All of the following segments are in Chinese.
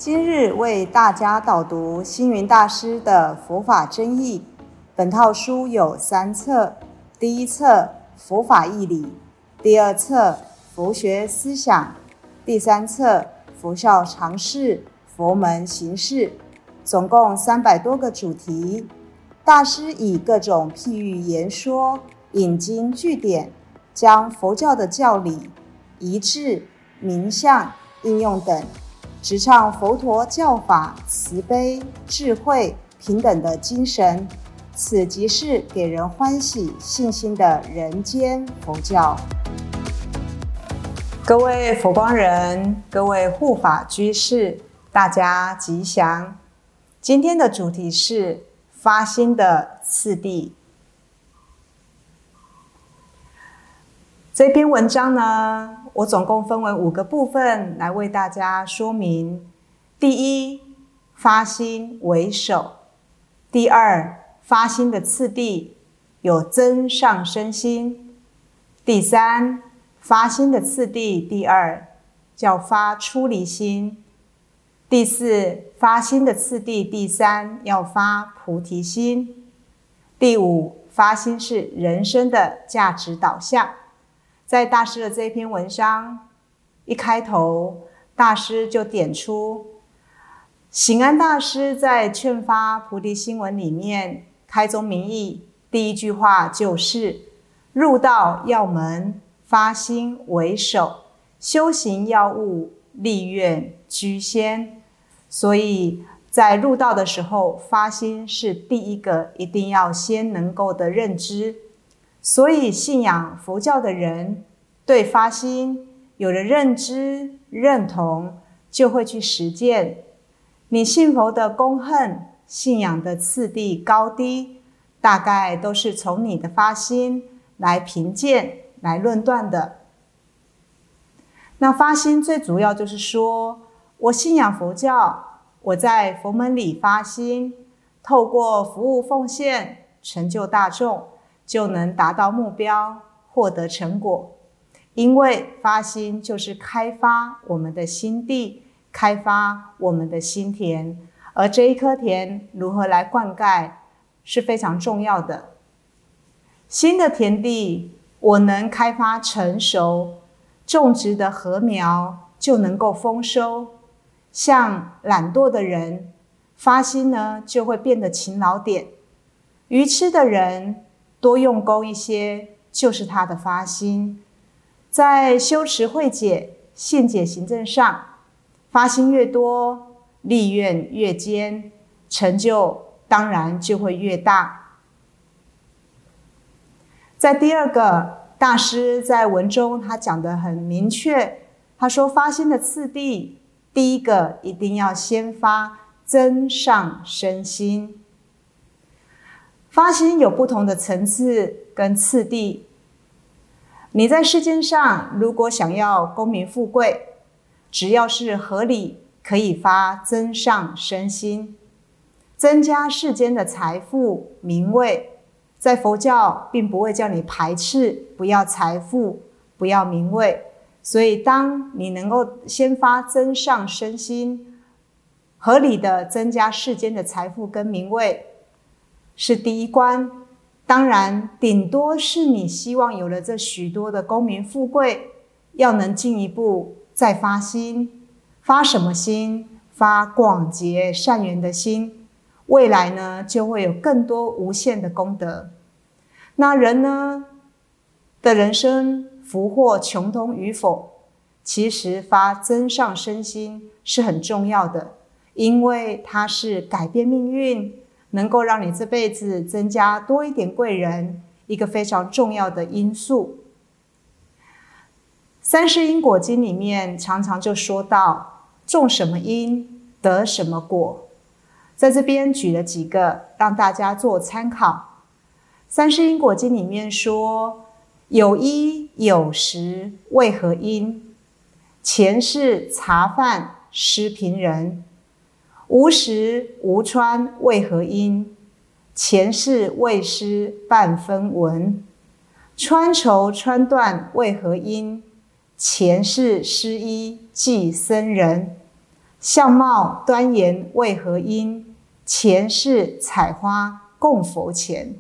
今日为大家导读星云大师的佛法真义。本套书有3册，第一册佛法义理，第二册佛学思想，第3册佛教常识、佛门行事，总共300多个主题。大师以各种譬喻言说，引经据典，将佛教的教理、仪制、名相、应用等，直唱佛陀教法慈悲、智慧、平等的精神，此即是给人欢喜信心的人间佛教。各位佛光人，各位护法居士，大家吉祥。今天的主题是发心的次第。这篇文章呢，我总共分为5个部分来为大家说明。第一，发心为首；第二，发心的次第有增上生心；第三，发心的次第第2叫发出离心；第4，发心的次第第3要发菩提心；第5，发心是人生的价值导向。在大师的这一篇文章一开头，大师就点出醒安大师在劝发菩提心文里面开宗明义，第一句话就是入道要门，发心为首，修行要务，立愿居先。所以在入道的时候，发心是第一个一定要先能够的认知。所以信仰佛教的人对发心有了认知认同，就会去实践。你信佛的恭恨、信仰的次第高低，大概都是从你的发心来评鉴、来论断的。那发心最主要就是说，我信仰佛教，我在佛门里发心，透过服务奉献，成就大众，就能达到目标，获得成果。因为发心就是开发我们的心地，开发我们的心田，而这一颗田如何来灌溉是非常重要的。新的田地我能开发成熟，种植的禾苗就能够丰收。像懒惰的人，发心呢就会变得勤劳点；愚痴的人多用功一些，就是他的发心。在修持慧解、信解行证上，发心越多，立愿越坚，成就当然就会越大。在第2个，大师在文中他讲得很明确，他说发心的次第，第一个一定要先发增上生心。发心有不同的层次跟次第。你在世间上如果想要功名富贵，只要是合理，可以发增上生心，增加世间的财富名位。在佛教并不会叫你排斥，不要财富，不要名位。所以当你能够先发增上生心，合理的增加世间的财富跟名位，是第一关。当然顶多是你希望有了这许多的功名富贵，要能进一步再发心。发什么心？发广结善缘的心，未来呢就会有更多无限的功德。那人呢的人生福祸穷通与否，其实发增上生心是很重要的，因为它是改变命运，能够让你这辈子增加多一点贵人，一个非常重要的因素。三世因果经里面常常就说到，种什么因得什么果。在这边举了几个让大家做参考。三世因果经里面说，有衣有食为何因？前世茶饭施贫人。无食无穿为何因？前世未施半分文。穿绸穿缎为何因？前世施衣济僧人。 相貌端严为何因？前世采花供佛前。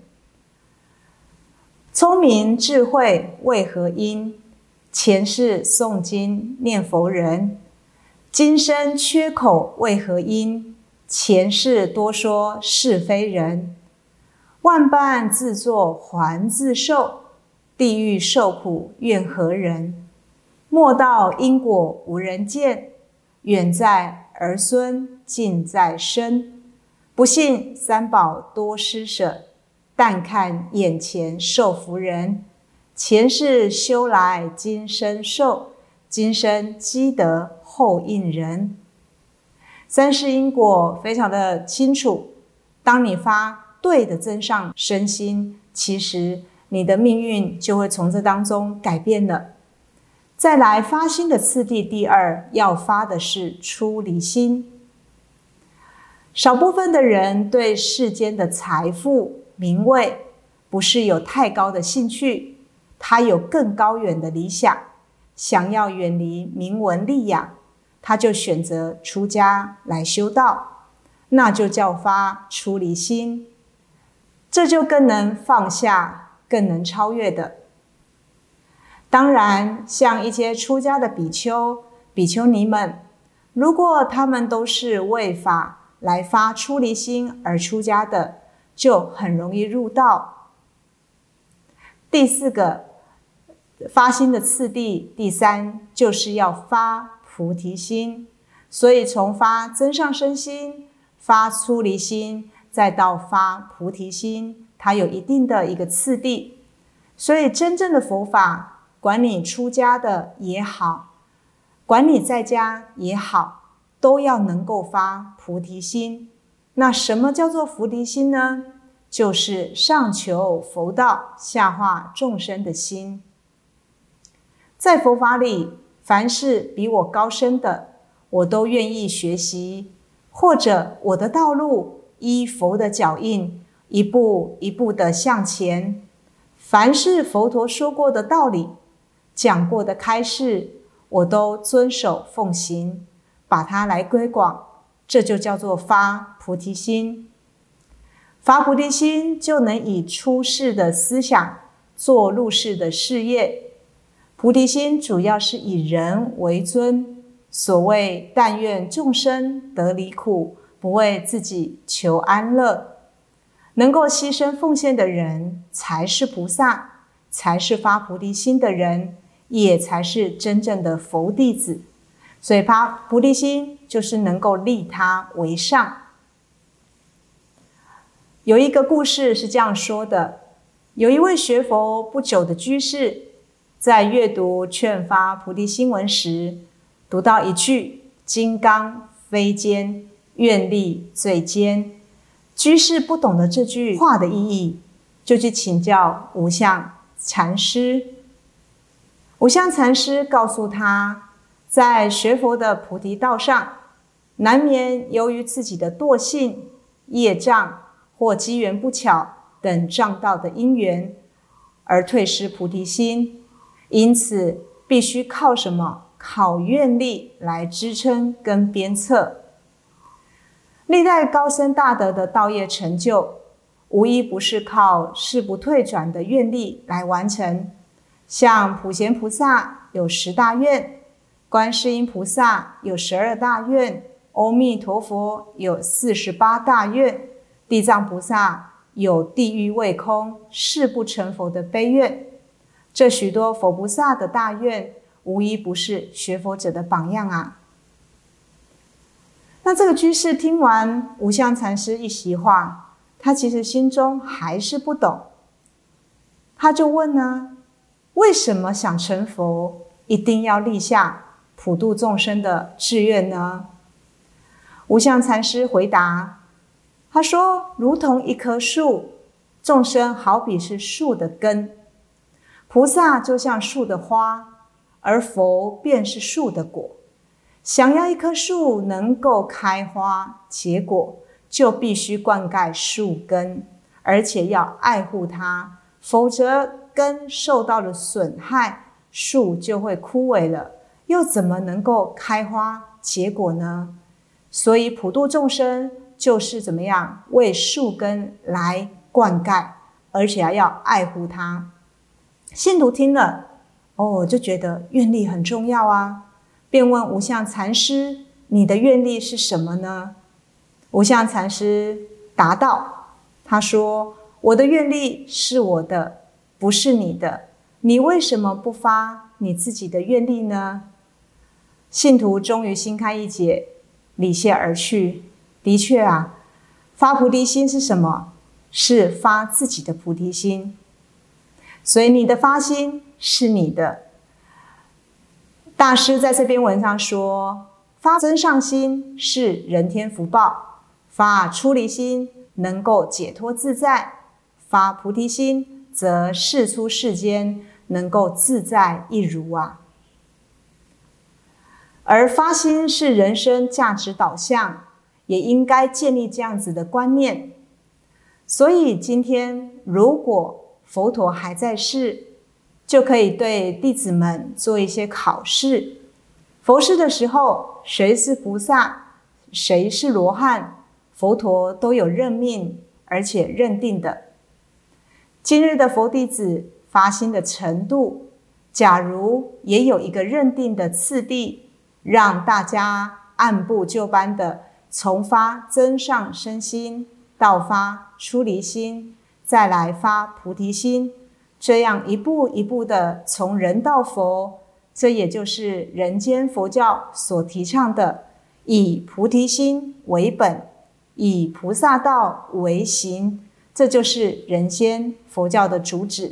聪明智慧为何因？前世诵经念佛人。今生缺口为何因？前世多说是非人。万般自作还自受，地狱受苦怨何人？莫道因果无人见，远在儿孙近在身。不信三宝多施舍，但看眼前受福人。前世修来今生受，今生积德后应人。三世因果非常的清楚，当你发对的增上身心，其实你的命运就会从这当中改变了。再来发心的次第，第二要发的是出离心。少部分的人对世间的财富名位不是有太高的兴趣，他有更高远的理想，想要远离名闻利养，他就选择出家来修道，那就叫发出离心，这就更能放下，更能超越的。当然，像一些出家的比丘、比丘尼们，如果他们都是为法来发出离心而出家的，就很容易入道。第四个发心的次第，第三就是要发菩提心。所以从发增上身心、发出离心，再到发菩提心，它有一定的一个次第。所以真正的佛法，管你出家的也好，管你在家也好，都要能够发菩提心。那什么叫做菩提心呢？就是上求佛道，下化众生的心。在佛法里，凡是比我高深的，我都愿意学习，或者我的道路依佛的脚印，一步一步的向前。凡是佛陀说过的道理，讲过的开示，我都遵守奉行，把它来推广，这就叫做发菩提心。发菩提心就能以出世的思想做入世的事业。菩提心主要是以人为尊，所谓但愿众生得离苦，不为自己求安乐。能够牺牲奉献的人才是菩萨，才是发菩提心的人，也才是真正的佛弟子。所以发菩提心就是能够利他为上。有一个故事是这样说的，有一位学佛不久的居士，在阅读劝发菩提心文时，读到一句金刚非坚，愿力最坚。居士不懂得这句话的意义，就去请教无相禅师。无相禅师告诉他，在学佛的菩提道上，难免由于自己的惰性、业障或机缘不巧等障道的因缘，而退失菩提心，因此必须靠什么？靠愿力来支撑跟鞭策。历代高僧大德的道业成就，无一不是靠誓不退转的愿力来完成。像普贤菩萨有10大愿，观世音菩萨有12大愿，阿弥陀佛有48大愿，地藏菩萨有地狱未空誓不成佛的悲愿。这许多佛菩萨的大愿，无一不是学佛者的榜样啊。那这个居士听完无相禅师一席话，他其实心中还是不懂。他就问呢，为什么想成佛一定要立下普度众生的志愿呢？无相禅师回答，他说，如同一棵树，众生好比是树的根，菩萨就像树的花，而佛便是树的果。想要一棵树能够开花结果，就必须灌溉树根，而且要爱护它，否则根受到了损害，树就会枯萎了，又怎么能够开花结果呢？ 所以普度众生就是怎么样为树根来灌溉，而且还要爱护它。信徒听了就觉得愿力很重要啊，便问无相禅师，你的愿力是什么呢？无相禅师答道，他说，我的愿力是我的，不是你的，你为什么不发你自己的愿力呢？信徒终于心开意解，礼谢而去。的确啊，发菩提心是什么？是发自己的菩提心。所以你的发心是你的。大师在这篇文章说，发增上心是人天福报，发出离心能够解脱自在，发菩提心则世出世间能够自在一如啊。而发心是人生价值导向，也应该建立这样子的观念。所以今天如果佛陀还在世，就可以对弟子们做一些考试。佛世的时候，谁是菩萨，谁是罗汉，佛陀都有任命，而且认定的。今日的佛弟子发心的程度，假如也有一个认定的次第，让大家按部就班的从发增上身心，到发出离心，再来发菩提心，这样一步一步的从人到佛，这也就是人间佛教所提倡的以菩提心为本，以菩萨道为行，这就是人间佛教的主旨。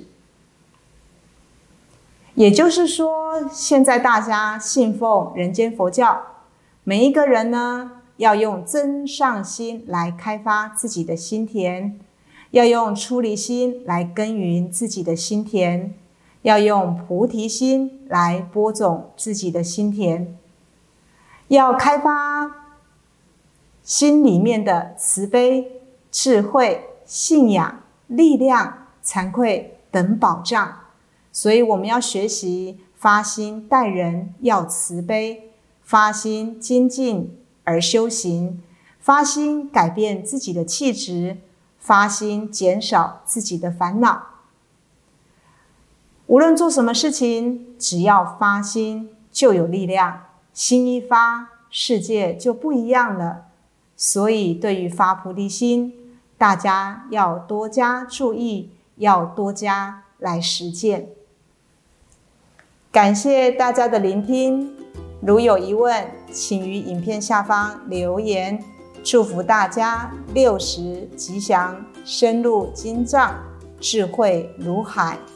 也就是说，现在大家信奉人间佛教，每一个人呢，要用增上心来开发自己的心田，要用出离心来耕耘自己的心田，要用菩提心来播种自己的心田，要开发心里面的慈悲、智慧、信仰、力量、惭愧等宝藏。所以我们要学习发心待人要慈悲，发心精进而修行，发心改变自己的气质，发心减少自己的烦恼。无论做什么事情，只要发心就有力量，心一发，世界就不一样了。所以对于发菩提心，大家要多加注意，要多加来实践。感谢大家的聆听，如有疑问，请于影片下方留言。祝福大家60吉祥，深入经藏，智慧如海。